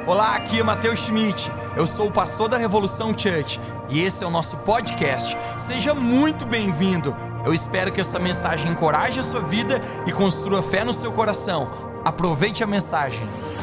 Olá, aqui é Matheus Schmidt, eu sou o pastor da Revolução Church e esse é o nosso podcast. Seja muito bem-vindo, eu espero que essa mensagem encoraje a sua vida e construa fé no seu coração. Aproveite a mensagem.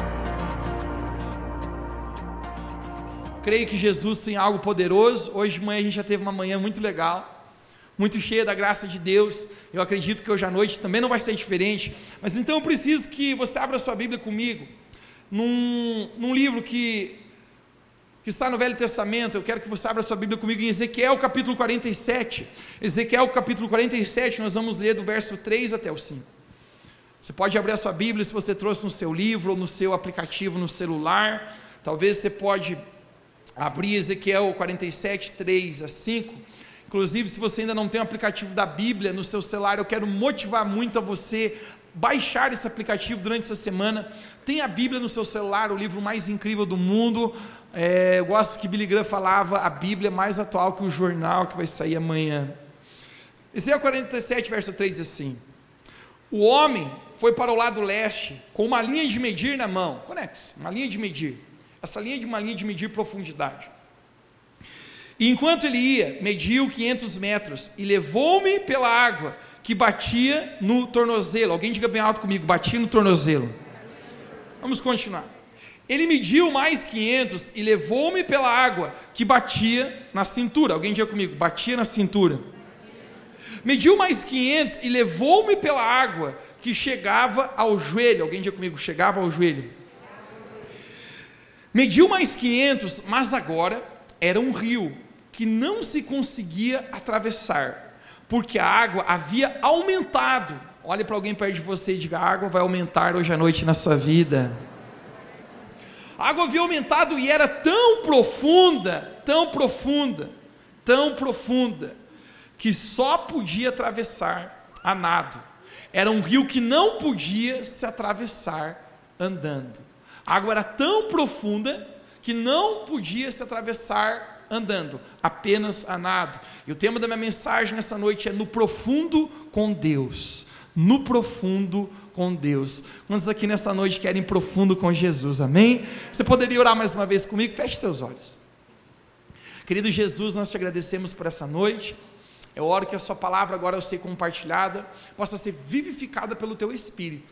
Creio que Jesus tem algo poderoso. Hoje de manhã a gente já teve uma manhã muito legal, muito cheia da graça de Deus. Eu acredito que hoje à noite também não vai ser diferente, mas então eu preciso que você abra sua Bíblia comigo, num livro que está no Velho Testamento. Eu quero que você abra sua Bíblia comigo em Ezequiel capítulo 47, Ezequiel capítulo 47, nós vamos ler do verso 3 até o 5, você pode abrir a sua Bíblia, se você trouxe no seu livro ou no seu aplicativo no celular, talvez você pode abrir Ezequiel 47, 3 a 5, inclusive se você ainda não tem o aplicativo da Bíblia no seu celular, eu quero motivar muito a você baixar esse aplicativo durante essa semana. Tem a Bíblia no seu celular, o livro mais incrível do mundo. Eu gosto que Billy Graham falava, a Bíblia é mais atual que o jornal que vai sair amanhã. Ezequiel 47, verso 3 assim: o homem foi para o lado leste com uma linha de medir na mão. Conecte-se, uma linha de medir. Essa linha é uma linha de medir profundidade. E enquanto ele ia, mediu 500 metros e levou-me pela água que batia no tornozelo. Alguém diga bem alto comigo, batia no tornozelo. Vamos continuar. Ele mediu mais 500 e levou-me pela água que batia na cintura. Alguém diga comigo, batia na cintura. Mediu mais 500 e levou-me pela água que chegava ao joelho. Alguém diga comigo, chegava ao joelho. Mediu mais 500, mas agora era um rio que não se conseguia atravessar, porque a água havia aumentado. Olhe para alguém perto de você e diga: a água vai aumentar hoje à noite na sua vida. A água havia aumentado e era tão profunda, tão profunda, tão profunda, que só podia atravessar a nado. Era um rio que não podia se atravessar andando. A água era tão profunda que não podia se atravessar andando, apenas a nado. E o tema da minha mensagem nessa noite é no profundo com Deus. No profundo com Deus. Quantos aqui nessa noite querem profundo com Jesus? Amém? Você poderia orar mais uma vez comigo? Feche seus olhos. Querido Jesus, nós te agradecemos por essa noite. Eu oro que a sua palavra agora, ao ser compartilhada, possa ser vivificada pelo teu Espírito.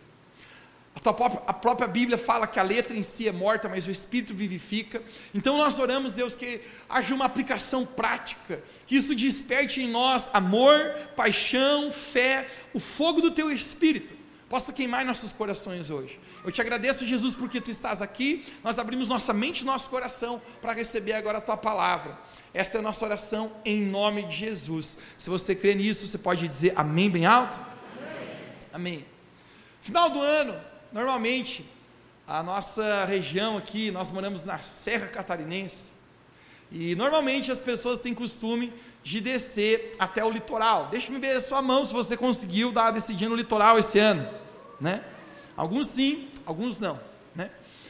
A própria Bíblia fala que a letra em si é morta, mas o Espírito vivifica. Então nós oramos, Deus, que haja uma aplicação prática, que isso desperte em nós amor, paixão, fé, o fogo do teu Espírito possa queimar em nossos corações hoje. Eu te agradeço, Jesus, porque tu estás aqui. Nós abrimos nossa mente e nosso coração para receber agora a tua palavra. Essa é a nossa oração em nome de Jesus. Se você crê nisso, você pode dizer amém bem alto? Amém. Amém. Final do ano, normalmente, a nossa região aqui, nós moramos na Serra Catarinense, e normalmente as pessoas têm costume de descer até o litoral. Deixa-me ver a sua mão se você conseguiu dar uma descidinha no litoral esse ano, né? Alguns sim, alguns não, né?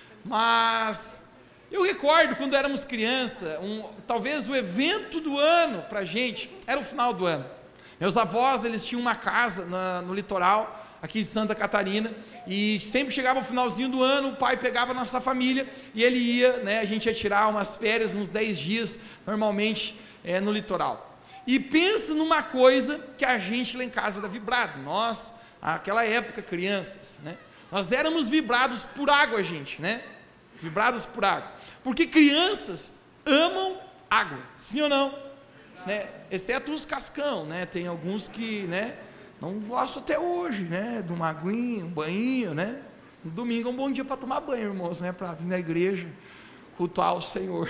Mas eu recordo quando éramos criança, talvez o evento do ano para a gente era o final do ano. Meus avós, eles tinham uma casa no litoral, aqui em Santa Catarina, e sempre chegava o finalzinho do ano, o pai pegava a nossa família, e ele ia, né, a gente ia tirar umas férias, uns 10 dias, normalmente, no litoral. E pensa numa coisa que a gente lá em casa era vibrado, nós, naquela época, crianças, né, nós éramos vibrados por água, gente, né, vibrados por água, porque crianças amam água, sim ou não? Né, exceto os cascão, né, tem alguns que, né, não gosto até hoje, né, de uma aguinha, um banho, né, no domingo é um bom dia para tomar banho, irmãos, né, para vir na igreja, cultuar o Senhor,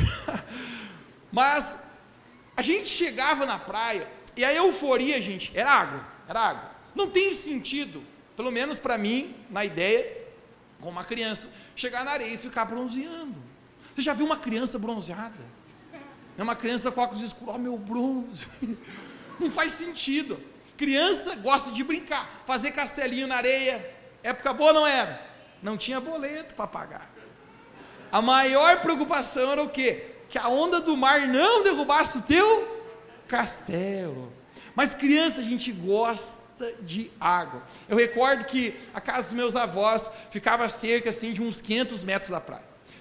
mas a gente chegava na praia, e a euforia, gente, era água, não tem sentido, pelo menos para mim, na ideia, como uma criança, chegar na areia e ficar bronzeando. Você já viu uma criança bronzeada? É uma criança com óculos escuros, meu bronze, não faz sentido. Criança gosta de brincar, fazer castelinho na areia. Época boa não era? Não tinha boleto para pagar. A maior preocupação era o quê? Que a onda do mar não derrubasse o teu castelo. Mas criança, a gente gosta de água. Eu recordo que a casa dos meus avós ficava a cerca assim, de uns 500 metros da praia.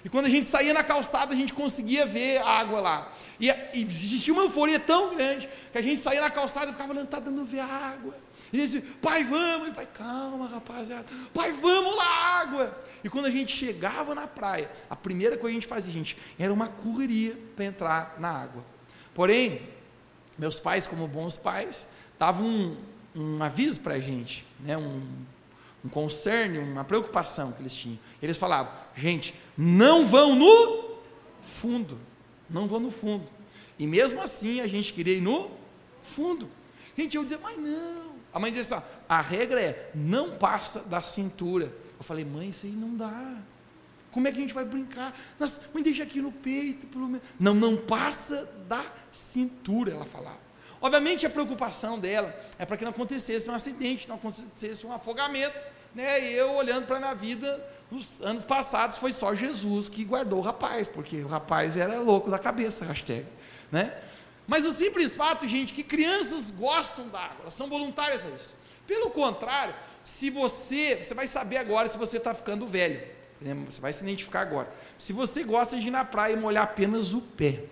E quando a gente saía na calçada, a gente conseguia ver a água lá. E existia uma euforia tão grande, que a gente saía na calçada e ficava olhando, está dando ver a água. E disse, pai, vamos. E pai, calma, rapaziada. Pai, vamos lá, água. E quando a gente chegava na praia, a primeira coisa que a gente fazia, gente, era uma correria para entrar na água. Porém, meus pais, como bons pais, davam um aviso para a gente, né, um concerne, uma preocupação que eles tinham. Eles falavam, gente, não vão no fundo. Não vão no fundo. E mesmo assim, a gente queria ir no fundo. Gente, eu dizia, mas não. A mãe dizia assim, a regra é, não passa da cintura. Eu falei, mãe, isso aí não dá. Como é que a gente vai brincar? Nossa, mãe, deixa aqui no peito, pelo menos. Não passa da cintura, ela falava. Obviamente, a preocupação dela é para que não acontecesse um acidente, não acontecesse um afogamento, né? E eu, olhando para a minha vida, nos anos passados, foi só Jesus que guardou o rapaz, porque o rapaz era louco da cabeça, hashtag, né? Mas o simples fato, gente, que crianças gostam da água, elas são voluntárias a isso. Pelo contrário, se você vai saber agora se você está ficando velho, você vai se identificar agora. Se você gosta de ir na praia e molhar apenas o pé,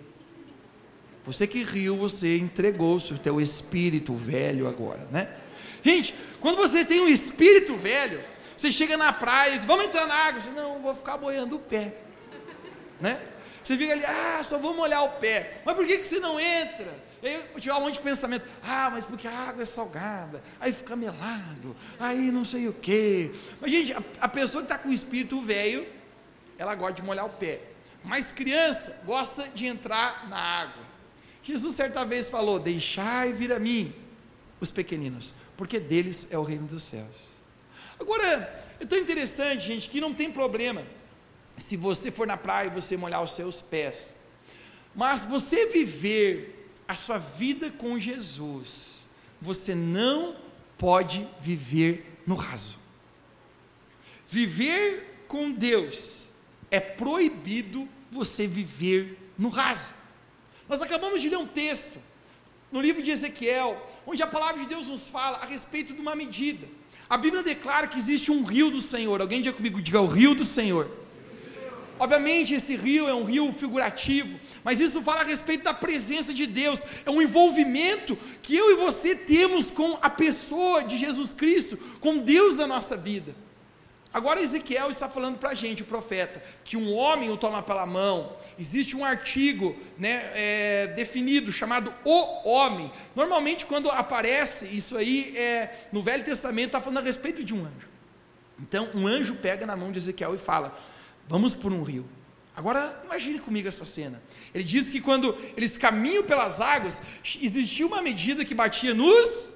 você que riu, você entregou-se o teu espírito velho agora, né? Gente, quando você tem um espírito velho, você chega na praia e diz, vamos entrar na água, você, não, vou ficar boiando o pé, né? Você fica ali, só vou molhar o pé, mas por que você não entra? Aí eu tive um monte de pensamento, mas porque a água é salgada, aí fica melado, aí não sei o quê. Mas gente, a pessoa que está com o espírito velho, ela gosta de molhar o pé, mas criança gosta de entrar na água. Jesus certa vez falou, deixai vir a mim os pequeninos, porque deles é o reino dos céus. Agora, é tão interessante, gente, que não tem problema se você for na praia e você molhar os seus pés, mas você viver a sua vida com Jesus, você não pode viver no raso. Viver com Deus é proibido você viver no raso. Nós acabamos de ler um texto no livro de Ezequiel, onde a palavra de Deus nos fala a respeito de uma medida. A Bíblia declara que existe um rio do Senhor. Alguém diga comigo, diga o rio do Senhor. Obviamente esse rio é um rio figurativo, mas isso fala a respeito da presença de Deus, é um envolvimento que eu e você temos com a pessoa de Jesus Cristo, com Deus na nossa vida. Agora Ezequiel está falando para a gente, o profeta, que um homem o toma pela mão. Existe um artigo, né, definido, chamado o homem. Normalmente quando aparece isso aí, no Velho Testamento está falando a respeito de um anjo. Então um anjo pega na mão de Ezequiel e fala, vamos por um rio. Agora imagine comigo essa cena. Ele diz que quando eles caminham pelas águas, existia uma medida que batia nos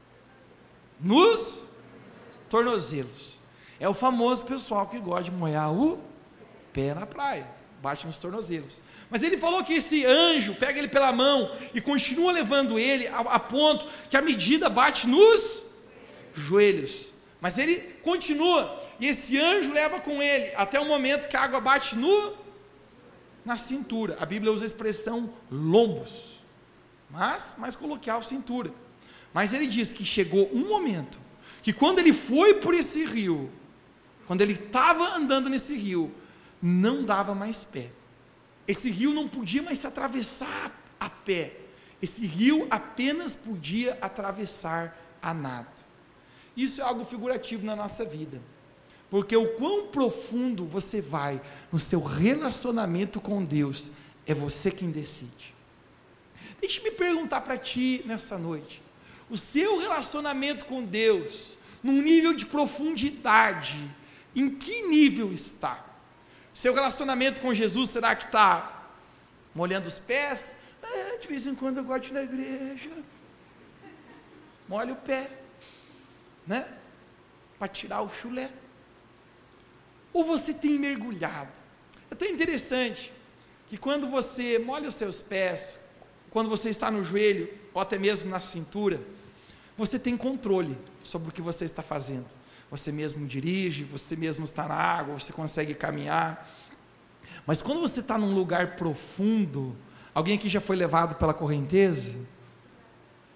tornozelos. É o famoso pessoal que gosta de molhar o pé na praia, bate nos tornozelos. Mas ele falou que esse anjo pega ele pela mão e continua levando ele a ponto que a medida bate nos joelhos. Mas ele continua, e esse anjo leva com ele até o momento que a água bate na cintura. A Bíblia usa a expressão lombos, mas mais coloquial, cintura. Mas ele diz que chegou um momento que quando ele foi por esse rio, quando ele estava andando nesse rio, não dava mais pé. Esse rio não podia mais se atravessar a pé. Esse rio apenas podia atravessar a nado. Isso é algo figurativo na nossa vida. Porque o quão profundo você vai no seu relacionamento com Deus, é você quem decide. Deixa-me perguntar para ti nessa noite. O seu relacionamento com Deus, num nível de profundidade, em que nível está? Seu relacionamento com Jesus, será que está molhando os pés? De vez em quando eu gosto de ir na igreja, molha o pé, né? Para tirar o chulé. Ou você tem mergulhado? É tão interessante que quando você molha os seus pés, quando você está no joelho, ou até mesmo na cintura, você tem controle sobre o que você está fazendo. Você mesmo dirige, você mesmo está na água, você consegue caminhar. Mas quando você está num lugar profundo, alguém aqui já foi levado pela correnteza?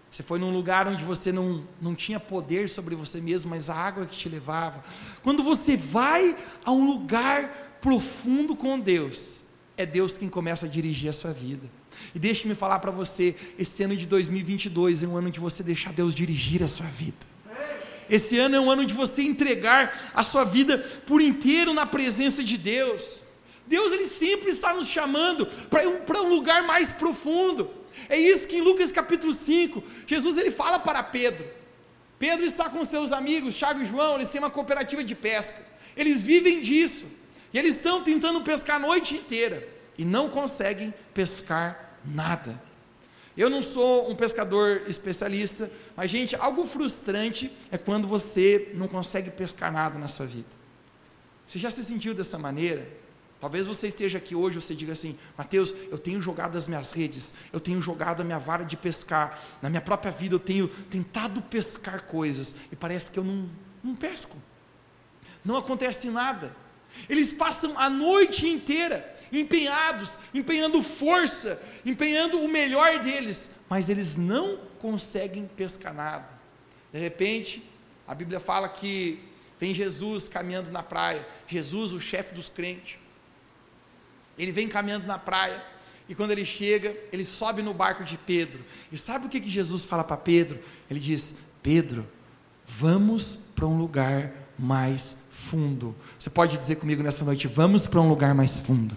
Você foi num lugar onde você não tinha poder sobre você mesmo, mas a água que te levava. Quando você vai a um lugar profundo com Deus, é Deus quem começa a dirigir a sua vida. E deixe-me falar para você, esse ano de 2022 é um ano de você deixar Deus dirigir a sua vida. Esse ano é um ano de você entregar a sua vida por inteiro na presença de Deus. Deus, Ele sempre está nos chamando para um lugar mais profundo. É isso que em Lucas capítulo 5, Jesus ele fala para Pedro. Pedro está com seus amigos, Tiago e João, eles têm uma cooperativa de pesca. Eles vivem disso. E eles estão tentando pescar a noite inteira. E não conseguem pescar nada. Eu não sou um pescador especialista, mas gente, algo frustrante é quando você não consegue pescar nada na sua vida. Você já se sentiu dessa maneira? Talvez você esteja aqui hoje, você diga assim: Mateus, eu tenho jogado as minhas redes, eu tenho jogado a minha vara de pescar, na minha própria vida eu tenho tentado pescar coisas, e parece que eu não pesco, não acontece nada. Eles passam a noite inteira empenhados, empenhando força, empenhando o melhor deles, mas eles não conseguem pescar nada. De repente, a Bíblia fala que vem Jesus caminhando na praia, Jesus, o chefe dos crentes. Ele vem caminhando na praia, e quando ele chega, ele sobe no barco de Pedro, e sabe o que Jesus fala para Pedro? Ele diz: Pedro, vamos para um lugar mais fundo. Você pode dizer comigo nessa noite: vamos para um lugar mais fundo?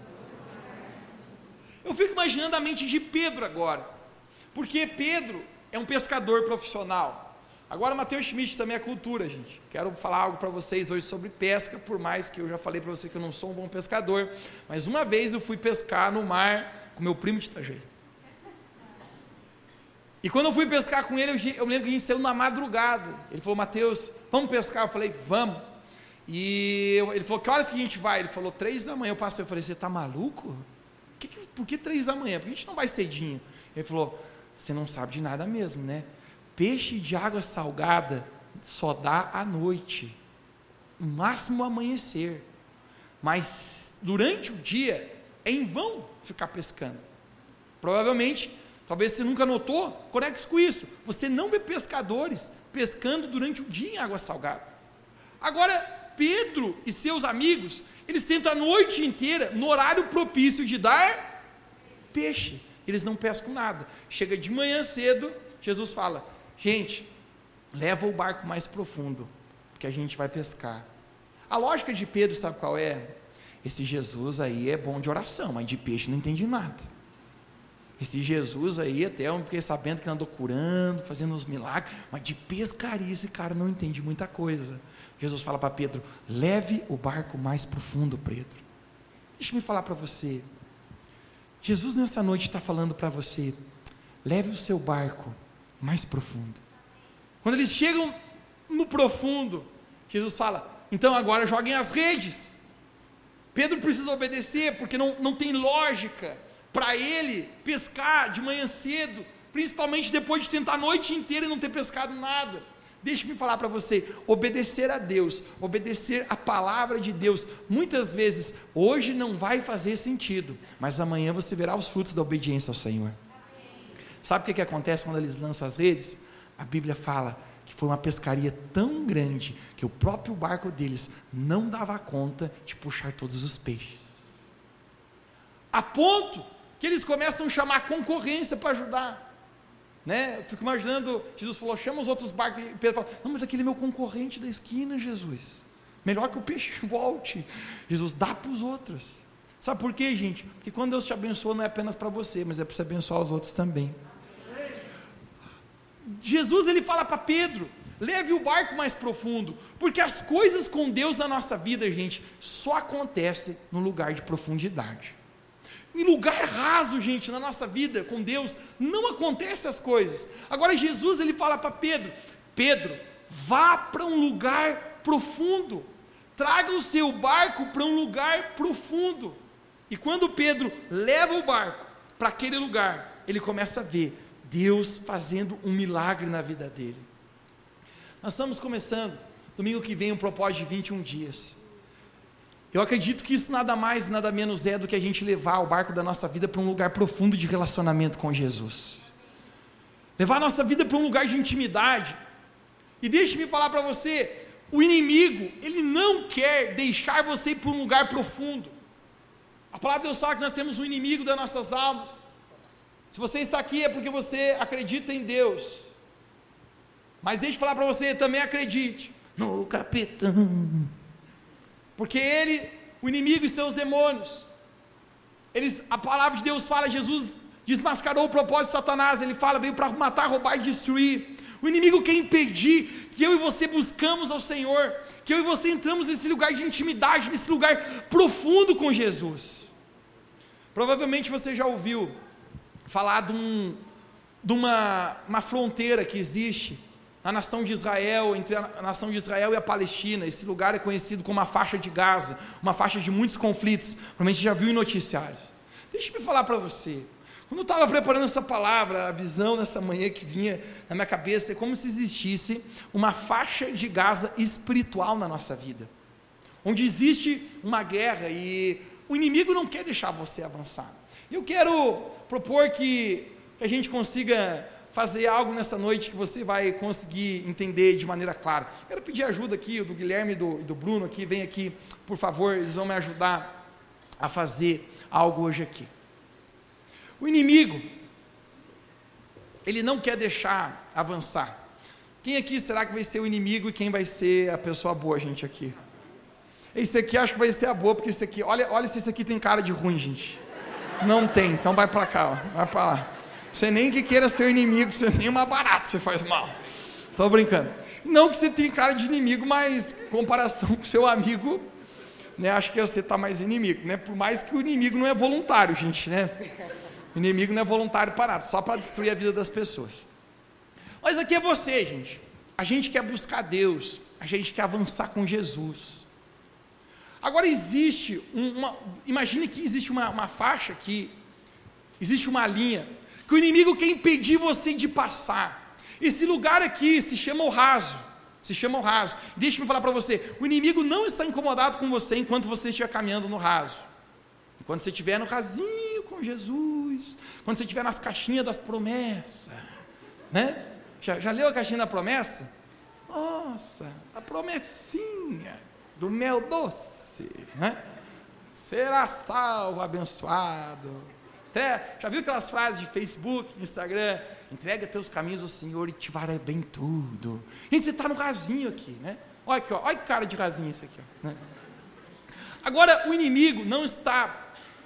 Eu fico imaginando a mente de Pedro agora, porque Pedro é um pescador profissional. Agora Mateus Schmidt também é cultura, gente. Quero falar algo para vocês hoje sobre pesca, por mais que eu já falei para você que eu não sou um bom pescador, mas uma vez eu fui pescar no mar com meu primo de Itajaí. E quando eu fui pescar com ele, eu lembro que a gente saiu na madrugada. Ele falou: Mateus, vamos pescar? Eu falei: vamos. E ele falou: que horas que a gente vai? Ele falou: 3 da manhã. Eu passei, eu falei: você está maluco? Por que 3 da manhã? Porque a gente não vai cedinho. Ele falou: você não sabe de nada mesmo, né? Peixe de água salgada só dá à noite, no máximo amanhecer, mas durante o dia é em vão ficar pescando. Provavelmente, talvez você nunca notou, conecte com isso, você não vê pescadores pescando durante o dia em água salgada. Agora, Pedro e seus amigos, eles tentam a noite inteira, no horário propício de dar peixe, eles não pescam nada. Chega de manhã cedo, Jesus fala: gente, leva o barco mais profundo, porque a gente vai pescar. A lógica de Pedro, sabe qual é? Esse Jesus aí é bom de oração, mas de peixe não entende nada. Esse Jesus aí, até eu fiquei sabendo que ele andou curando, fazendo uns milagres, mas de pescaria esse cara não entende muita coisa. Jesus fala para Pedro: leve o barco mais profundo, Pedro. Deixa eu falar para você, Jesus nessa noite está falando para você: leve o seu barco mais profundo. Quando eles chegam no profundo, Jesus fala: então agora joguem as redes. Pedro precisa obedecer, porque não tem lógica para ele pescar de manhã cedo, principalmente depois de tentar a noite inteira e não ter pescado nada. Deixa-me falar para você: obedecer a Deus, obedecer a palavra de Deus, muitas vezes hoje não vai fazer sentido, mas amanhã você verá os frutos da obediência ao Senhor. Sabe o que acontece quando eles lançam as redes? A Bíblia fala que foi uma pescaria tão grande que o próprio barco deles não dava conta de puxar todos os peixes, a ponto que eles começam a chamar concorrência para ajudar, né? Eu fico imaginando, Jesus falou: chama os outros barcos, e Pedro fala: não, mas aquele é meu concorrente da esquina, Jesus, melhor que o peixe volte. Jesus: dá para os outros. Sabe por quê, gente? Porque quando Deus te abençoa, não é apenas para você, mas é para você abençoar os outros também. Jesus ele fala para Pedro: leve o barco mais profundo, porque as coisas com Deus na nossa vida, gente, só acontecem no lugar de profundidade. Em lugar raso, gente, na nossa vida com Deus, não acontecem as coisas. Agora Jesus ele fala para Pedro: Pedro, vá para um lugar profundo, traga o seu barco para um lugar profundo. E quando Pedro leva o barco para aquele lugar, ele começa a ver Deus fazendo um milagre na vida dele. Nós estamos começando, domingo que vem, um propósito de 21 dias. Eu acredito que isso nada mais, nada menos é do que a gente levar o barco da nossa vida para um lugar profundo de relacionamento com Jesus. levar a nossa vida para um lugar de intimidade. E deixe-me falar para você, o inimigo, ele não quer deixar você ir para um lugar profundo. A palavra de Deus fala que nós temos um inimigo das nossas almas. Se você está aqui é porque você acredita em Deus. Mas deixe eu falar para você, também acredite no capitão. Porque ele, o inimigo e seus demônios, a palavra de Deus fala, Jesus desmascarou o propósito de Satanás, ele fala, veio para matar, roubar e destruir. O inimigo quer impedir que eu e você buscamos ao Senhor, que eu e você entramos nesse lugar de intimidade, nesse lugar profundo com Jesus. Provavelmente você já ouviu falar de uma fronteira que existe na nação de Israel, entre a nação de Israel e a Palestina. Esse lugar é conhecido como a faixa de Gaza, uma faixa de muitos conflitos, provavelmente já viu em noticiários. Deixa eu falar para você, quando eu estava preparando essa palavra, a visão nessa manhã que vinha na minha cabeça, é como se existisse uma faixa de Gaza espiritual na nossa vida, onde existe uma guerra e o inimigo não quer deixar você avançar. E eu quero propor que a gente consiga fazer algo nessa noite que você vai conseguir entender de maneira clara. Quero pedir ajuda aqui, do Guilherme e do Bruno aqui, vem aqui, por favor, eles vão me ajudar a fazer algo hoje aqui. O inimigo, ele não quer deixar avançar. Quem aqui será que vai ser o inimigo e quem vai ser a pessoa boa, gente, aqui? Esse aqui acho que vai ser a boa, porque esse aqui, olha se esse aqui tem cara de ruim, gente. Não tem, então vai para cá, ó, vai para lá. Você nem que queira ser inimigo, você nem uma barata você faz mal. Estou brincando. Não que você tenha cara de inimigo, mas em comparação com seu amigo, né, acho que você está mais inimigo, né? Por mais que o inimigo não é voluntário, gente, né? O inimigo não é voluntário para nada, só para destruir a vida das pessoas. Mas aqui é você, gente. A gente quer buscar Deus, a gente quer avançar com Jesus. Agora existe imagine que existe uma faixa aqui, existe uma linha, que o inimigo quer impedir você de passar. Esse lugar aqui se chama o raso, Deixa-me falar para você, o inimigo não está incomodado com você enquanto você estiver caminhando no raso. Quando você estiver no rasinho com Jesus, quando você estiver nas caixinhas das promessas, né? Já leu a caixinha da promessa? Nossa, a promessinha do mel doce, né? Será salvo, abençoado. Até, já viu aquelas frases de Facebook, Instagram? Entrega teus caminhos ao Senhor e te fará bem tudo. E você está no rasinho aqui, né? Olha aqui, ó, olha que cara de rasinho isso aqui, ó, né? Agora, o inimigo não está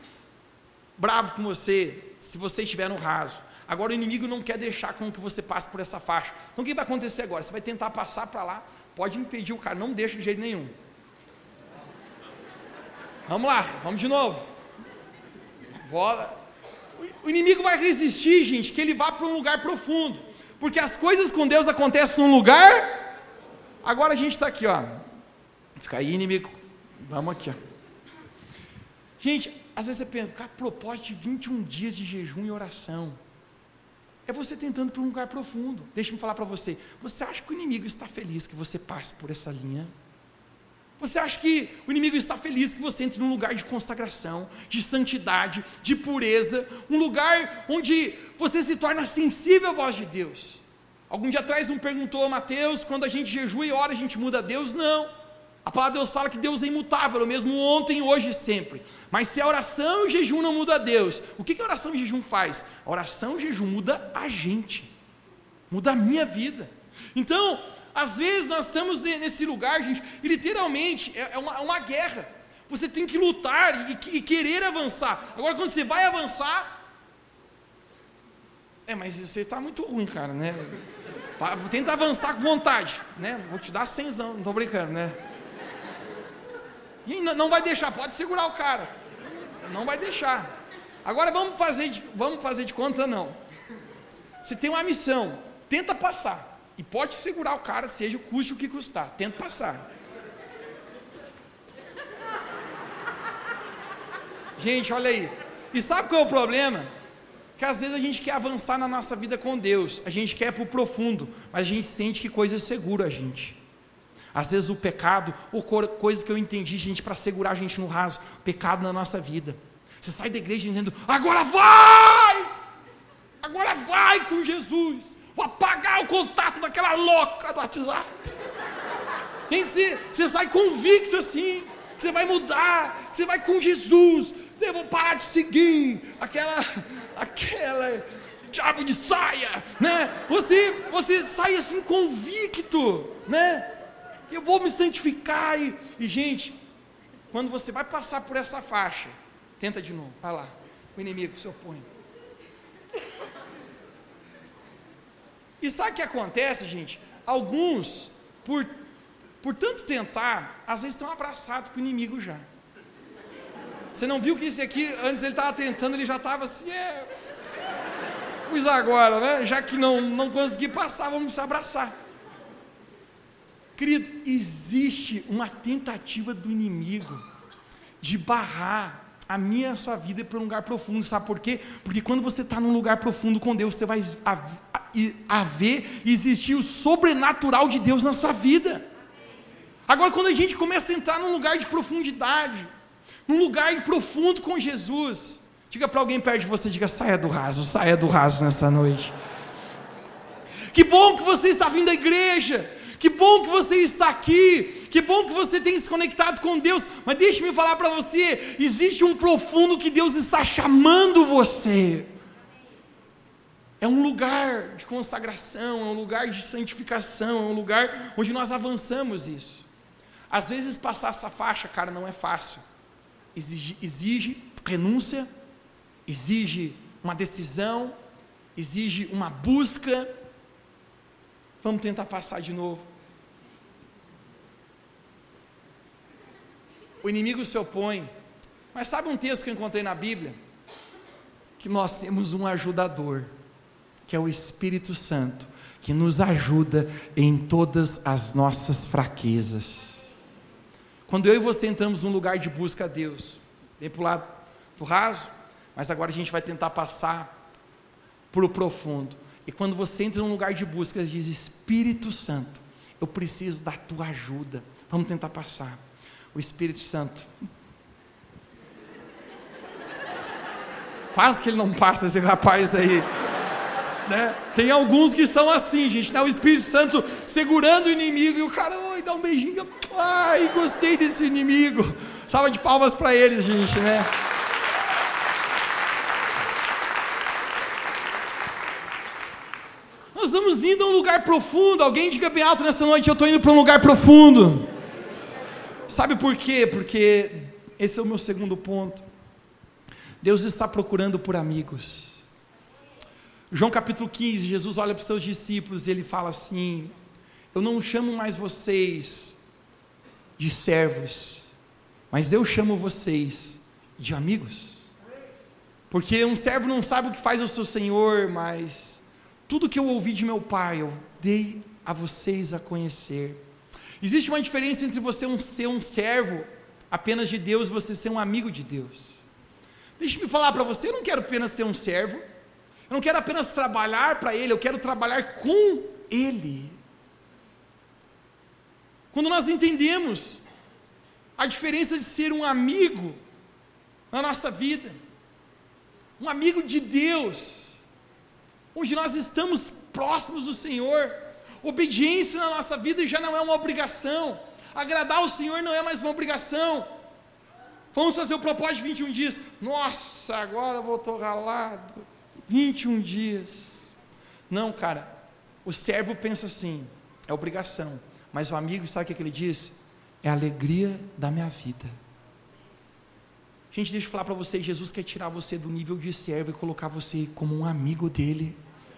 bravo com você se você estiver no raso. Agora, o inimigo não quer deixar com que você passe por essa faixa. Então, o que vai acontecer agora? Você vai tentar passar para lá, pode impedir o cara, não deixa de jeito nenhum. Vamos lá, vamos de novo. O inimigo vai resistir, gente, que ele vá para um lugar profundo, porque as coisas com Deus acontecem num lugar. Agora a gente está aqui, ó. Fica aí, inimigo. Vamos aqui, ó. Gente, às vezes você pensa, cara, propósito de 21 dias de jejum e oração. É você tentando para um lugar profundo. Deixa-me falar para você. Você acha que o inimigo está feliz que você passe por essa linha? Você acha que o inimigo está feliz que você entre num lugar de consagração, de santidade, de pureza, um lugar onde você se torna sensível à voz de Deus? Algum dia atrás um perguntou a Mateus, quando a gente jejua e ora, a gente muda Deus? Não. A palavra de Deus fala que Deus é imutável, o mesmo ontem, hoje e sempre. Mas se a oração e o jejum não muda a Deus, o que a oração e o jejum faz? A oração e o jejum muda a gente, muda a minha vida. Então, às vezes nós estamos nesse lugar, gente, e literalmente é uma guerra. Você tem que lutar e querer avançar. Agora, quando você vai avançar, mas você está muito ruim, cara, né? Tenta avançar com vontade, né? Vou te dar 100, não estou brincando, né? E não vai deixar, pode segurar o cara, não vai deixar. Agora vamos fazer de conta não. Você tem uma missão, tenta passar, e pode segurar o cara, seja o custe o que custar, tenta passar. Gente, olha aí, e sabe qual é o problema? Que às vezes a gente quer avançar na nossa vida com Deus, a gente quer ir para o profundo, mas a gente sente que coisa segura a gente. Às vezes o pecado, ou coisa que eu entendi, gente, para segurar a gente no raso, pecado na nossa vida. Você sai da igreja dizendo, agora vai com Jesus, vou apagar o contato daquela louca do WhatsApp. Gente, você sai convicto assim, que você vai mudar, que você vai com Jesus, eu vou parar de seguir aquela diabo de saia, né? Você sai assim convicto, né? Eu vou me santificar e gente, quando você vai passar por essa faixa, tenta de novo, vai lá, o inimigo se opõe. E sabe o que acontece, gente? Alguns, por tanto tentar, às vezes estão abraçados com o inimigo já. Você não viu que esse aqui, antes ele estava tentando, ele já estava assim, pois agora, né? Já que não consegui passar, vamos se abraçar. Querido, existe uma tentativa do inimigo de barrar a minha e a sua vida para um lugar profundo, sabe por quê? Porque quando você está num lugar profundo com Deus, você vai existir o sobrenatural de Deus na sua vida. Agora, quando a gente começa a entrar num lugar de profundidade, num lugar profundo com Jesus, diga para alguém perto de você, diga, saia do raso nessa noite. Que bom que você está vindo à igreja, que bom que você está aqui, que bom que você tem se conectado com Deus, mas deixe-me falar para você, existe um profundo que Deus está chamando você. É um lugar de consagração, é um lugar de santificação, é um lugar onde nós avançamos isso. Às vezes passar essa faixa, cara, não é fácil. Exige renúncia, exige uma decisão, exige uma busca. Vamos tentar passar de novo. O inimigo se opõe. Mas sabe um texto que eu encontrei na Bíblia? Que nós temos um ajudador, que é o Espírito Santo, que nos ajuda em todas as nossas fraquezas. Quando eu e você entramos num lugar de busca a Deus, vem para o lado do raso, mas agora a gente vai tentar passar para o profundo. E quando você entra num lugar de busca, diz, Espírito Santo, eu preciso da tua ajuda. Vamos tentar passar. O Espírito Santo, quase que ele não passa, esse rapaz aí, né? Tem alguns que são assim, gente, né? O Espírito Santo segurando o inimigo, e o cara, oi, dá um beijinho, ai, gostei desse inimigo. Salva de palmas para eles, gente, né? Nós estamos indo a um lugar profundo. Alguém diga bem alto nessa noite, eu estou indo para um lugar profundo. Sabe por quê? Porque esse é o meu segundo ponto. Deus está procurando por amigos. João capítulo 15, Jesus olha para os seus discípulos e ele fala assim, eu não chamo mais vocês de servos, mas eu chamo vocês de amigos. Porque um servo não sabe o que faz o seu senhor, mas tudo que eu ouvi de meu pai, eu dei a vocês a conhecer. Existe uma diferença entre você ser um servo apenas de Deus e você ser um amigo de Deus. Deixa-me falar para você, eu não quero apenas ser um servo, eu não quero apenas trabalhar para Ele, eu quero trabalhar com Ele. Quando nós entendemos a diferença de ser um amigo na nossa vida, um amigo de Deus, onde nós estamos próximos do Senhor, obediência na nossa vida já não é uma obrigação, agradar o Senhor não é mais uma obrigação. Vamos fazer o propósito de 21 dias, nossa, agora eu estou ralado, 21 dias, não cara, o servo pensa assim, é obrigação, mas o amigo, sabe o que ele diz? É a alegria da minha vida. Gente, deixa eu falar para você, Jesus quer tirar você do nível de servo e colocar você como um amigo dele,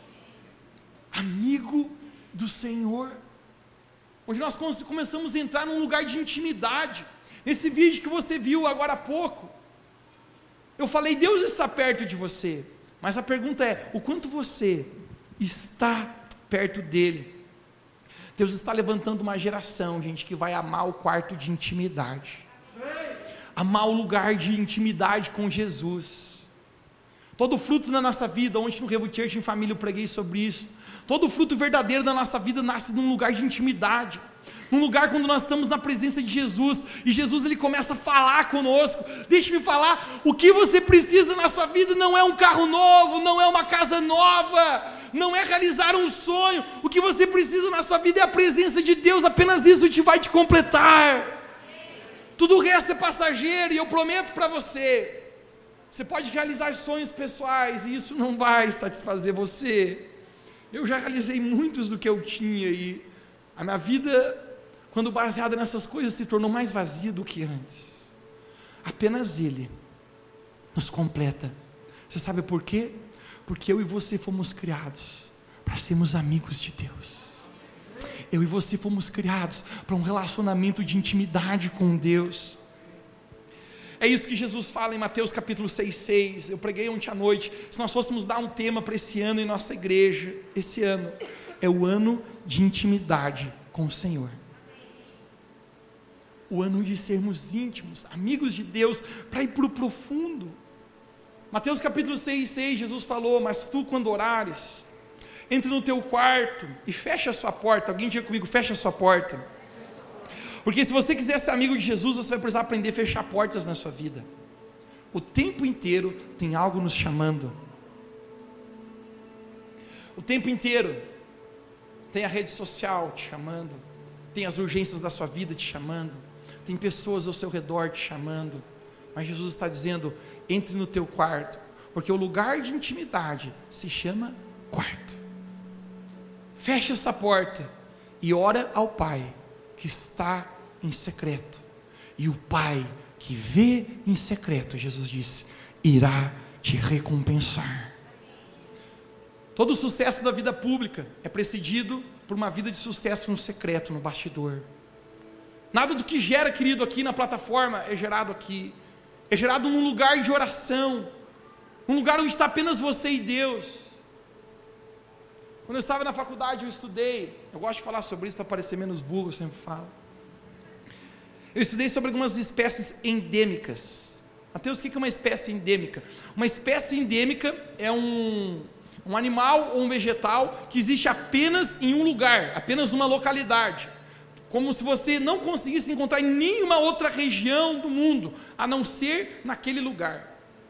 amigo do Senhor, onde nós começamos a entrar num lugar de intimidade. Nesse vídeo que você viu agora há pouco, eu falei, Deus está perto de você, mas a pergunta é, o quanto você está perto dele? Deus está levantando uma geração, gente, que vai amar o quarto de intimidade, amar o lugar de intimidade com Jesus. Todo fruto na nossa vida, ontem no Revo Church em família eu preguei sobre isso, todo fruto verdadeiro da nossa vida nasce num lugar de intimidade. num lugar quando nós estamos na presença de Jesus, e Jesus ele começa a falar conosco. Deixe-me falar, o que você precisa na sua vida não é um carro novo, não é uma casa nova, não é realizar um sonho. O que você precisa na sua vida é a presença de Deus, apenas isso vai te completar. Tudo o resto é passageiro, e eu prometo para você, você pode realizar sonhos pessoais, e isso não vai satisfazer você. Eu já realizei muitos do que eu tinha, e a minha vida, quando baseada nessas coisas, se tornou mais vazia do que antes. Apenas Ele nos completa. Você sabe por quê? Porque eu e você fomos criados para sermos amigos de Deus. Eu e você fomos criados para um relacionamento de intimidade com Deus. É isso que Jesus fala em Mateus capítulo 6,6. Eu preguei ontem à noite. Se nós fôssemos dar um tema para esse ano em nossa igreja, esse ano é o ano de intimidade com o Senhor. O ano de sermos íntimos, amigos de Deus, para ir para o profundo. Mateus capítulo 6,6, Jesus falou: mas tu, quando orares, entre no teu quarto e fecha a sua porta. Alguém diga comigo: fecha a sua porta. Porque se você quiser ser amigo de Jesus, você vai precisar aprender a fechar portas na sua vida. O tempo inteiro tem algo nos chamando. O tempo inteiro tem a rede social te chamando, tem as urgências da sua vida te chamando, tem pessoas ao seu redor te chamando. Mas Jesus está dizendo: entre no teu quarto, porque o lugar de intimidade se chama quarto. Fecha essa porta e ora ao Pai que está em secreto, e o Pai que vê em secreto, Jesus disse, irá te recompensar. Todo o sucesso da vida pública é precedido por uma vida de sucesso no secreto, no bastidor. Nada do que gera, querido, aqui na plataforma é gerado aqui, é gerado num lugar de oração, um lugar onde está apenas você e Deus. Quando eu estava na faculdade, eu estudei, eu gosto de falar sobre isso para parecer menos burro, eu sempre falo. Eu estudei sobre algumas espécies endêmicas. Mateus, o que é uma espécie endêmica? Uma espécie endêmica é um animal ou um vegetal que existe apenas em um lugar, apenas numa localidade. Como se você não conseguisse encontrar em nenhuma outra região do mundo, a não ser naquele lugar.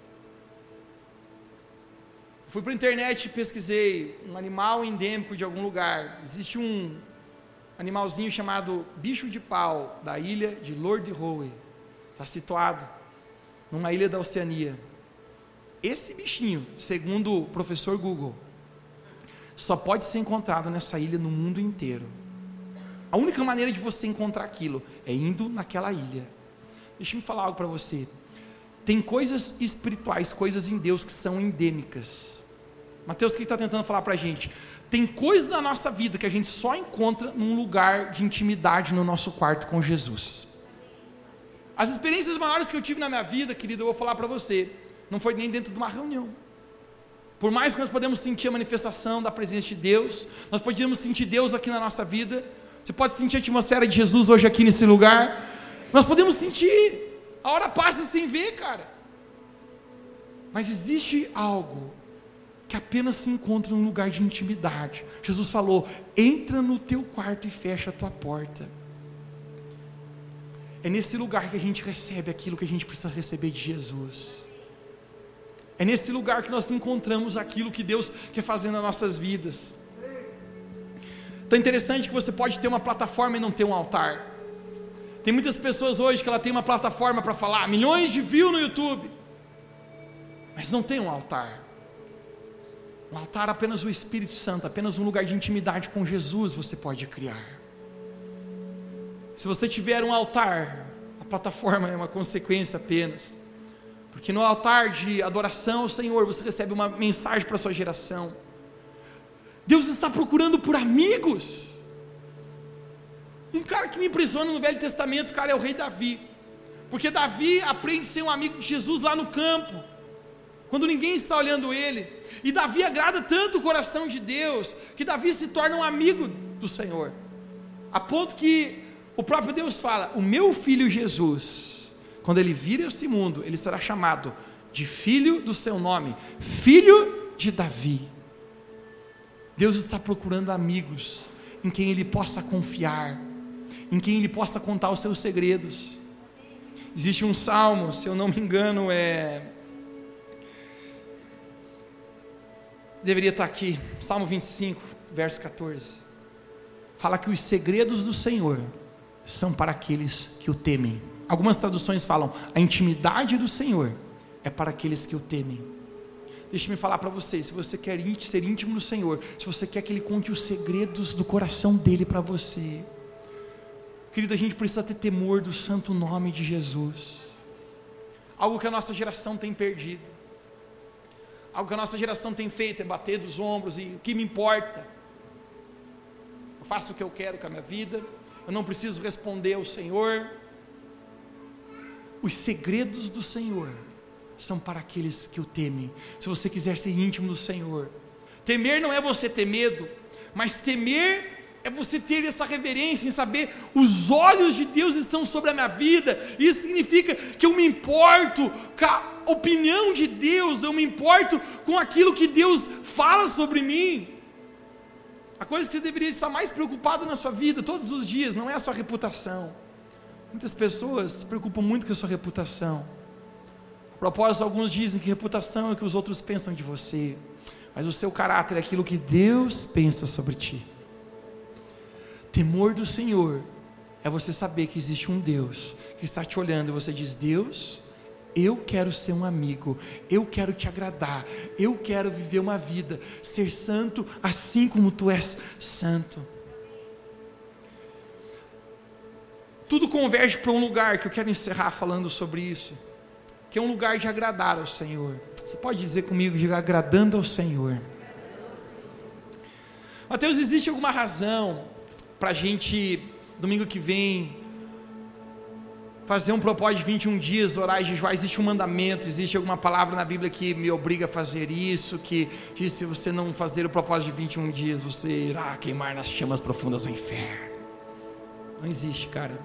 Fui para a internet e pesquisei um animal endêmico de algum lugar. Existe um animalzinho chamado bicho de pau, da ilha de Lord Howe. Está situado numa ilha da Oceania. Esse bichinho, segundo o professor Google, só pode ser encontrado nessa ilha no mundo inteiro. A única maneira de você encontrar aquilo é indo naquela ilha. Deixa eu falar algo para você. Tem coisas espirituais, coisas em Deus que são endêmicas. Mateus, o que está tentando falar para a gente? Tem coisas na nossa vida que a gente só encontra num lugar de intimidade no nosso quarto com Jesus. As experiências maiores que eu tive na minha vida, querido, eu vou falar para você, não foi nem dentro de uma reunião. Por mais que nós podemos sentir a manifestação da presença de Deus, nós podemos sentir Deus aqui na nossa vida, você pode sentir a atmosfera de Jesus hoje aqui nesse lugar, nós podemos sentir, a hora passa sem ver, cara. Mas existe algo que apenas se encontra num lugar de intimidade. Jesus falou: entra no teu quarto e fecha a tua porta. É nesse lugar que a gente recebe aquilo que a gente precisa receber de Jesus. É nesse lugar que nós encontramos aquilo que Deus quer fazer nas nossas vidas. Então é interessante que você pode ter uma plataforma e não ter um altar. Tem muitas pessoas hoje que ela tem uma plataforma para falar, milhões de views no YouTube, mas não tem um altar. Um altar, apenas o Espírito Santo, apenas um lugar de intimidade com Jesus você pode criar. Se você tiver um altar, a plataforma é uma consequência apenas, porque no altar de adoração ao Senhor, você recebe uma mensagem para a sua geração. Deus está procurando por amigos. Um cara que me impressiona no Velho Testamento, cara, é o rei Davi, porque Davi aprende a ser um amigo de Jesus lá no campo, quando ninguém está olhando ele, e Davi agrada tanto o coração de Deus, que Davi se torna um amigo do Senhor, a ponto que o próprio Deus fala: o meu filho Jesus, quando ele vir esse mundo, ele será chamado de filho do seu nome, filho de Davi. Deus está procurando amigos em quem ele possa confiar, em quem Ele possa contar os seus segredos. Existe um salmo, se eu não me engano, deveria estar aqui, Salmo 25, verso 14. Fala que os segredos do Senhor são para aqueles que o temem. Algumas traduções falam, a intimidade do Senhor é para aqueles que o temem. Deixa-me falar para você, se você quer ser íntimo do Senhor, se você quer que Ele conte os segredos do coração dEle para você, querido, a gente precisa ter temor do santo nome de Jesus. Algo que a nossa geração tem perdido, algo que a nossa geração tem feito é bater dos ombros e o que me importa, eu faço o que eu quero com a minha vida, eu não preciso responder ao Senhor. Os segredos do Senhor são para aqueles que o temem. Se você quiser ser íntimo do Senhor, temer não é você ter medo, mas temer é você ter essa reverência em saber, os olhos de Deus estão sobre a minha vida. Isso significa que eu me importo com a opinião de Deus, eu me importo com aquilo que Deus fala sobre mim. A coisa que você deveria estar mais preocupado na sua vida todos os dias não é a sua reputação. Muitas pessoas se preocupam muito com a sua reputação. A propósito, alguns dizem que reputação é o que os outros pensam de você, mas o seu caráter é aquilo que Deus pensa sobre ti. Temor do Senhor é você saber que existe um Deus que está te olhando e você diz, Deus, eu quero ser um amigo, eu quero te agradar, eu quero viver uma vida, ser santo assim como tu és santo. Tudo converge para um lugar que eu quero encerrar falando sobre isso, que é um lugar de agradar ao Senhor. Você pode dizer comigo, diga, agradando ao Senhor. Mateus, existe alguma razão para a gente, domingo que vem, fazer um propósito de 21 dias, orar e jejuar? Existe um mandamento, existe alguma palavra na Bíblia que me obriga a fazer isso, que diz, se você não fazer o propósito de 21 dias, você irá queimar nas chamas profundas do inferno? Não existe, cara.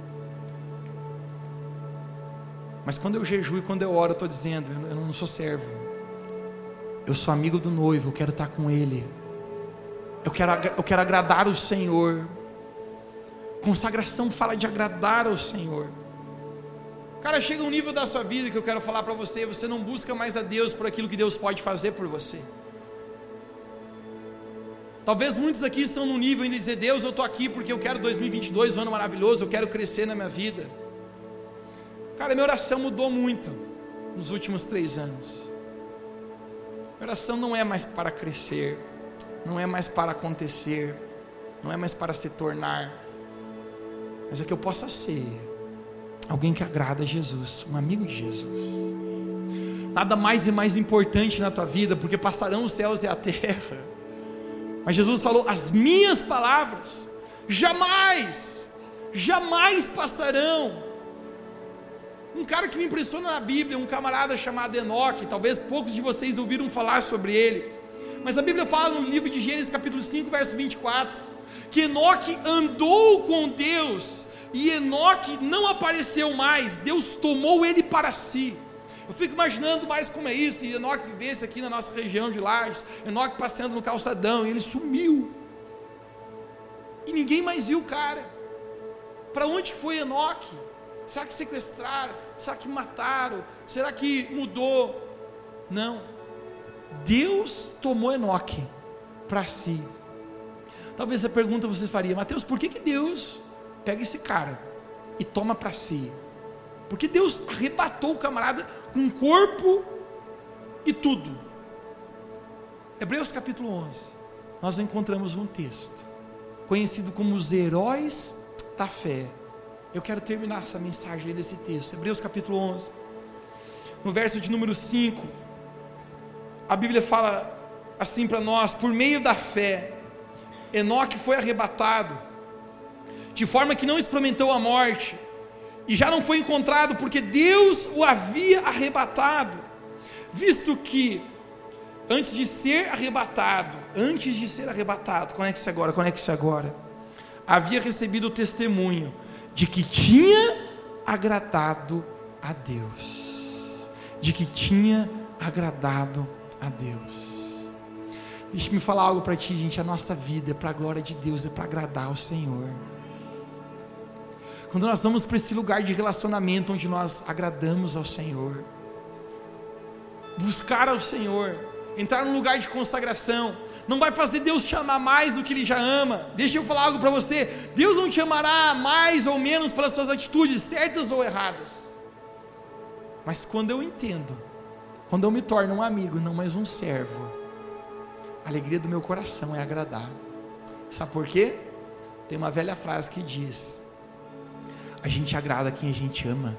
Mas quando eu jejuo e quando eu oro, eu estou dizendo, eu não sou servo, eu sou amigo do noivo, eu quero estar com ele, eu quero agradar o Senhor. Consagração fala de agradar ao Senhor. Cara, chega um nível da sua vida que eu quero falar para você, você não busca mais a Deus por aquilo que Deus pode fazer por você. Talvez muitos aqui estão no nível ainda de dizer, Deus, eu estou aqui porque eu quero 2022, um ano maravilhoso, eu quero crescer na minha vida. Cara, minha oração mudou muito nos últimos 3 anos. Minha oração não é mais para crescer, não é mais para acontecer, não é mais para se tornar, mas é que eu possa ser alguém que agrada a Jesus, um amigo de Jesus. Nada mais e mais importante na tua vida, porque passarão os céus e a terra, mas Jesus falou, as minhas palavras jamais passarão. Um cara que me impressiona na Bíblia, um camarada chamado Enoque, talvez poucos de vocês ouviram falar sobre ele, mas a Bíblia fala no livro de Gênesis capítulo 5, verso 24, que Enoque andou com Deus, e Enoque não apareceu mais, Deus tomou ele para si. Eu fico imaginando mais como é isso, e Enoque vivesse aqui na nossa região de Lages, Enoque passando no calçadão, e ele sumiu, e ninguém mais viu o cara. Para onde foi Enoque? Será que sequestraram? Será que mataram? Será que mudou? Não, Deus tomou Enoque para si. Talvez a pergunta você faria, Mateus, por que Deus pega esse cara e toma para si? Porque Deus arrebatou o camarada com corpo e tudo. Hebreus capítulo 11, nós encontramos um texto conhecido como os heróis da fé. Eu quero terminar essa mensagem desse texto, Hebreus capítulo 11, no verso de número 5, a Bíblia fala assim para nós, por meio da fé, Enoque foi arrebatado, de forma que não experimentou a morte, e já não foi encontrado, porque Deus o havia arrebatado, visto que, antes de ser arrebatado, conecte-se agora, havia recebido o testemunho, de que tinha agradado a Deus, Deixa-me falar algo para ti, gente, a nossa vida é para a glória de Deus, é para agradar ao Senhor. Quando nós vamos para esse lugar de relacionamento onde nós agradamos ao Senhor, buscar ao Senhor, entrar num lugar de consagração, não vai fazer Deus te amar mais do que Ele já ama. Deixa eu falar algo para você: Deus não te amará mais ou menos pelas suas atitudes, certas ou erradas. Mas quando eu entendo, quando eu me torno um amigo, não mais um servo, a alegria do meu coração é agradar. Sabe por quê? Tem uma velha frase que diz: a gente agrada quem a gente ama.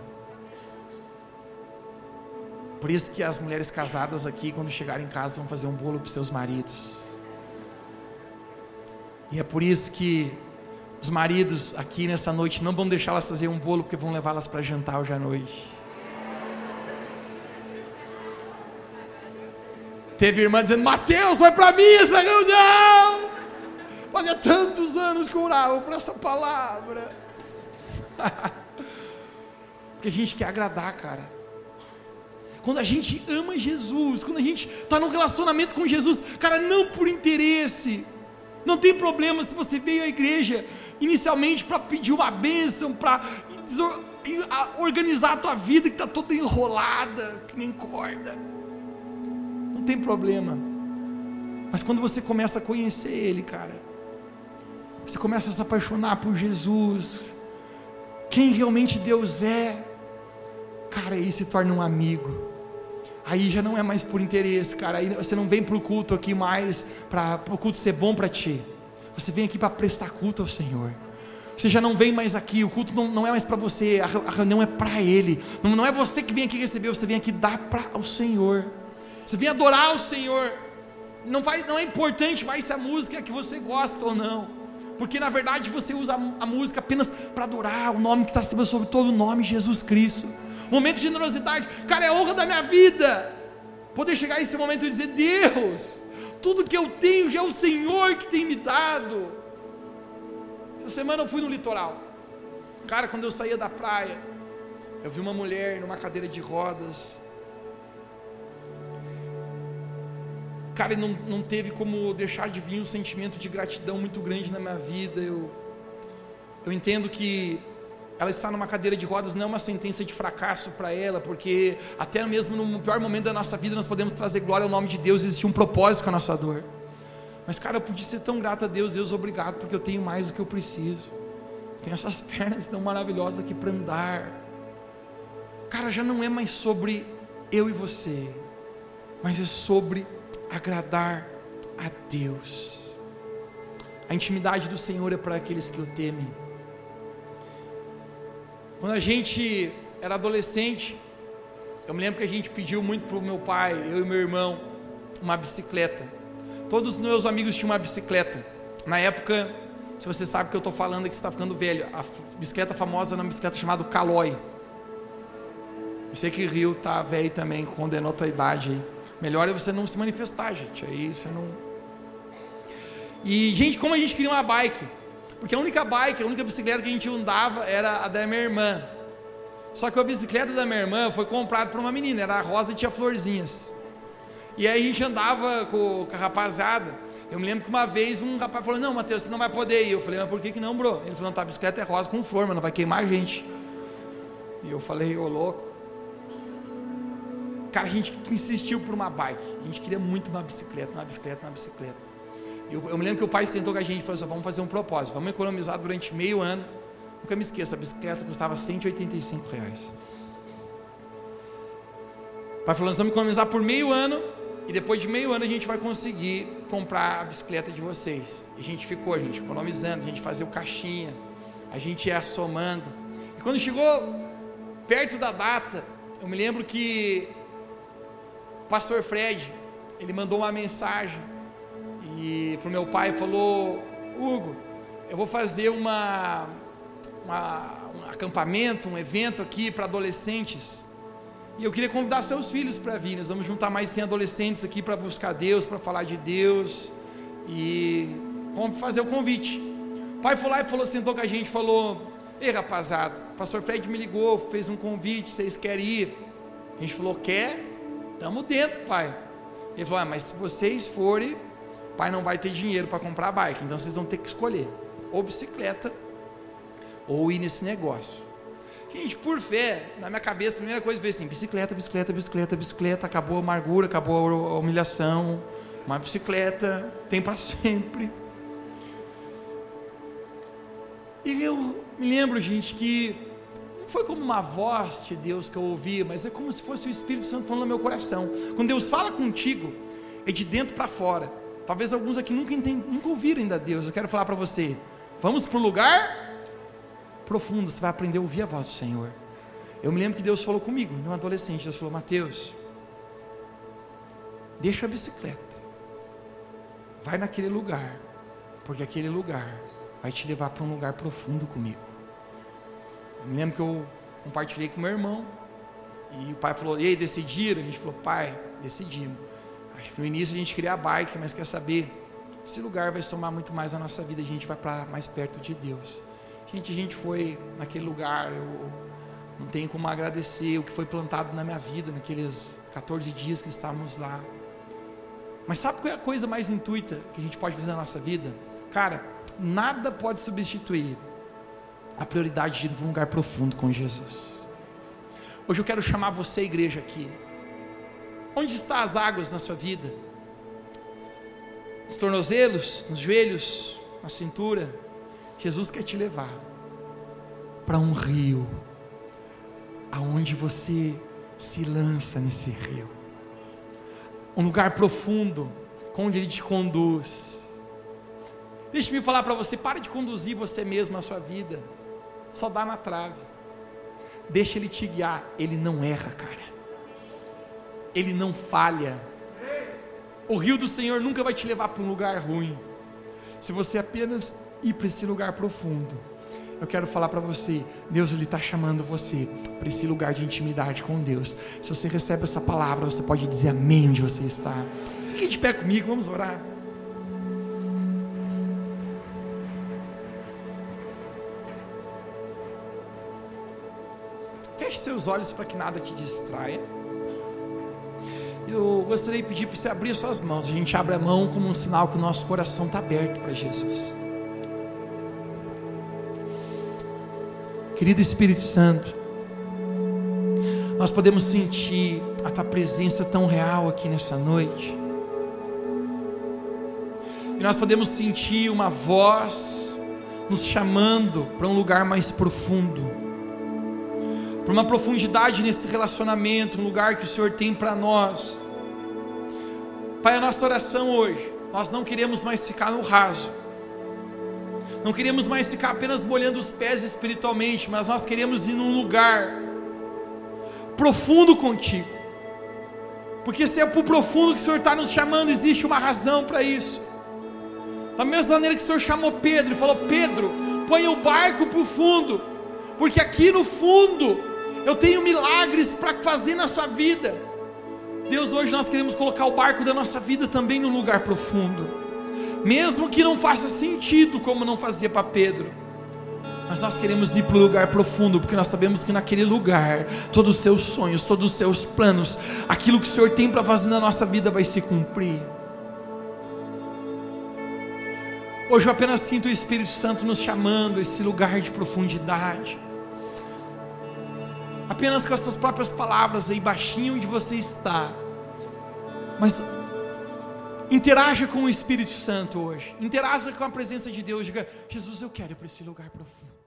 Por isso que as mulheres casadas aqui, quando chegarem em casa, vão fazer um bolo para os seus maridos. E é por isso que os maridos aqui nessa noite não vão deixar elas fazer um bolo, porque vão levá-las para jantar hoje à noite. Teve irmã dizendo: Mateus, vai para mim essa reunião. Fazia tantos anos que eu orava por essa palavra. Porque a gente quer agradar, cara. Quando a gente ama Jesus, quando a gente está num relacionamento com Jesus, cara, não por interesse. Não tem problema se você veio à igreja inicialmente para pedir uma bênção, para organizar a tua vida que está toda enrolada, que nem corda. Não tem problema. Mas quando você começa a conhecer Ele, cara, você começa a se apaixonar por Jesus, quem realmente Deus é, cara, aí se torna um amigo. Aí já não é mais por interesse, cara. Aí você não vem para o culto aqui mais para o culto ser bom para ti. Você vem aqui para prestar culto ao Senhor. Você já não vem mais aqui, o culto não é mais para você, a reunião é para Ele. Não é você que vem aqui receber, você vem aqui dar para o Senhor. Você vem adorar o Senhor. Não é importante mais se a música é que você gosta ou não, porque na verdade você usa a música apenas para adorar o nome que está acima sobre todo o nome, Jesus Cristo. Momento de generosidade, cara, é a honra da minha vida poder chegar nesse momento e dizer: Deus, tudo que eu tenho já é o Senhor que tem me dado. Essa semana eu fui no litoral, cara, quando eu saía da praia, eu vi uma mulher numa cadeira de rodas, cara, não teve como deixar de vir um sentimento de gratidão muito grande na minha vida. Eu entendo que ela está numa cadeira de rodas não é uma sentença de fracasso para ela, porque até mesmo no pior momento da nossa vida nós podemos trazer glória ao nome de Deus. Existe um propósito com a nossa dor. Mas cara, eu podia ser tão grato a Deus. Deus, obrigado, porque eu tenho mais do que eu preciso. Eu tenho essas pernas tão maravilhosas aqui para andar. Cara, já não é mais sobre eu e você, mas é sobre agradar a Deus. A intimidade do Senhor é para aqueles que o temem. Quando a gente era adolescente, eu me lembro que a gente pediu muito para o meu pai, eu e meu irmão, uma bicicleta. Todos os meus amigos tinham uma bicicleta. Na época, se você sabe o que eu estou falando, é que você está ficando velho. A bicicleta famosa era uma bicicleta chamada Caloi. Eu sei que Rio está velho também, condenou a tua idade aí. Melhor é você não se manifestar, gente. Aí você não... E, gente, como a gente queria uma bike, porque a única bicicleta que a gente andava era a da minha irmã. Só que a bicicleta da minha irmã foi comprada por uma menina, era rosa e tinha florzinhas. E aí a gente andava com a rapaziada. Eu me lembro que uma vez um rapaz falou: não, Mateus, você não vai poder ir. Eu falei: mas por que não, bro? Ele falou: não, tá, a bicicleta é rosa com flor, mas não vai queimar a gente. E eu falei: ô louco. Cara, a gente insistiu por uma bike. A gente queria muito uma bicicleta. Eu me lembro que o pai sentou com a gente e falou assim: vamos fazer um propósito, vamos economizar durante meio ano. Nunca me esqueço, a bicicleta custava R$185. O pai falou: nós vamos economizar por meio ano, e depois de meio ano a gente vai conseguir comprar a bicicleta de vocês. E a gente ficou, economizando, a gente fazia o caixinha, a gente ia somando. E quando chegou perto da data, eu me lembro que o pastor Fred, ele mandou uma mensagem e para o meu pai falou: Hugo, eu vou fazer um acampamento, um evento aqui para adolescentes, e eu queria convidar seus filhos para vir. Nós vamos juntar mais 100 adolescentes aqui para buscar Deus, para falar de Deus, e vamos fazer o convite. O pai foi lá e falou, sentou com a gente e falou: ei, rapazada, o pastor Fred me ligou, fez um convite, vocês querem ir? A gente falou: quer? Estamos dentro, pai. Ele falou: mas se vocês forem, pai não vai ter dinheiro para comprar a bike, então vocês vão ter que escolher ou bicicleta ou ir nesse negócio. Gente, por fé, na minha cabeça, a primeira coisa veio assim: bicicleta, bicicleta, bicicleta, bicicleta, acabou a amargura, acabou a humilhação, uma bicicleta tem para sempre. E eu me lembro, gente, que não foi como uma voz de Deus que eu ouvi, mas é como se fosse o Espírito Santo falando no meu coração. Quando Deus fala contigo, é de dentro para fora. Talvez alguns aqui nunca ouviram ainda Deus. Eu quero falar para você: vamos para o lugar profundo, você vai aprender a ouvir a voz do Senhor. Eu me lembro que Deus falou comigo, no adolescente. Deus falou: Mateus, deixa a bicicleta, vai naquele lugar, porque aquele lugar vai te levar para um lugar profundo comigo. Eu me lembro que eu compartilhei com meu irmão, e o pai falou: e aí, decidiram? A gente falou: pai, decidimos. Acho que no início a gente queria a bike, mas quer saber, esse lugar vai somar muito mais na nossa vida, a gente vai para mais perto de Deus. Gente, a gente foi naquele lugar, eu não tenho como agradecer o que foi plantado na minha vida, naqueles 14 dias que estávamos lá. Mas sabe qual é a coisa mais intuita que a gente pode fazer na nossa vida? Cara, nada pode substituir a prioridade de ir para um lugar profundo com Jesus. Hoje eu quero chamar você, igreja, aqui. Onde estão as águas na sua vida? Nos tornozelos, nos joelhos, na cintura? Jesus quer te levar para um rio, aonde você se lança nesse rio, um lugar profundo, onde Ele te conduz. Deixa-me falar para você: para de conduzir você mesmo a sua vida, só dá na trave, deixa Ele te guiar. Ele não erra, cara, Ele não falha. O rio do Senhor nunca vai te levar para um lugar ruim, se você apenas ir para esse lugar profundo. Eu quero falar para você: Deus, Ele está chamando você para esse lugar de intimidade com Deus. Se você recebe essa palavra, você pode dizer amém onde você está. Fique de pé comigo, vamos orar. Feche seus olhos para que nada te distraia. Eu gostaria de pedir para você abrir suas mãos. A gente abre a mão como um sinal que o nosso coração está aberto para Jesus. Querido Espírito Santo, nós podemos sentir a Tua presença tão real aqui nessa noite, e nós podemos sentir uma voz nos chamando para um lugar mais profundo, para uma profundidade nesse relacionamento, um lugar que o Senhor tem para nós. Pai, a nossa oração hoje, nós não queremos mais ficar no raso, não queremos mais ficar apenas molhando os pés espiritualmente, mas nós queremos ir num lugar profundo contigo, porque se é para o profundo que o Senhor está nos chamando, existe uma razão para isso. Da mesma maneira que o Senhor chamou Pedro e falou: Pedro, põe o barco para o fundo, porque aqui no fundo eu tenho milagres para fazer na sua vida. Deus, hoje nós queremos colocar o barco da nossa vida também num lugar profundo, mesmo que não faça sentido como não fazia para Pedro, mas nós queremos ir para o lugar profundo, porque nós sabemos que naquele lugar todos os seus sonhos, todos os seus planos, aquilo que o Senhor tem para fazer na nossa vida vai se cumprir. Hoje eu apenas sinto o Espírito Santo nos chamando a esse lugar de profundidade, apenas com as suas próprias palavras aí baixinho onde você está, mas interaja com o Espírito Santo hoje, interaja com a presença de Deus, diga: Jesus, eu quero ir para esse lugar profundo.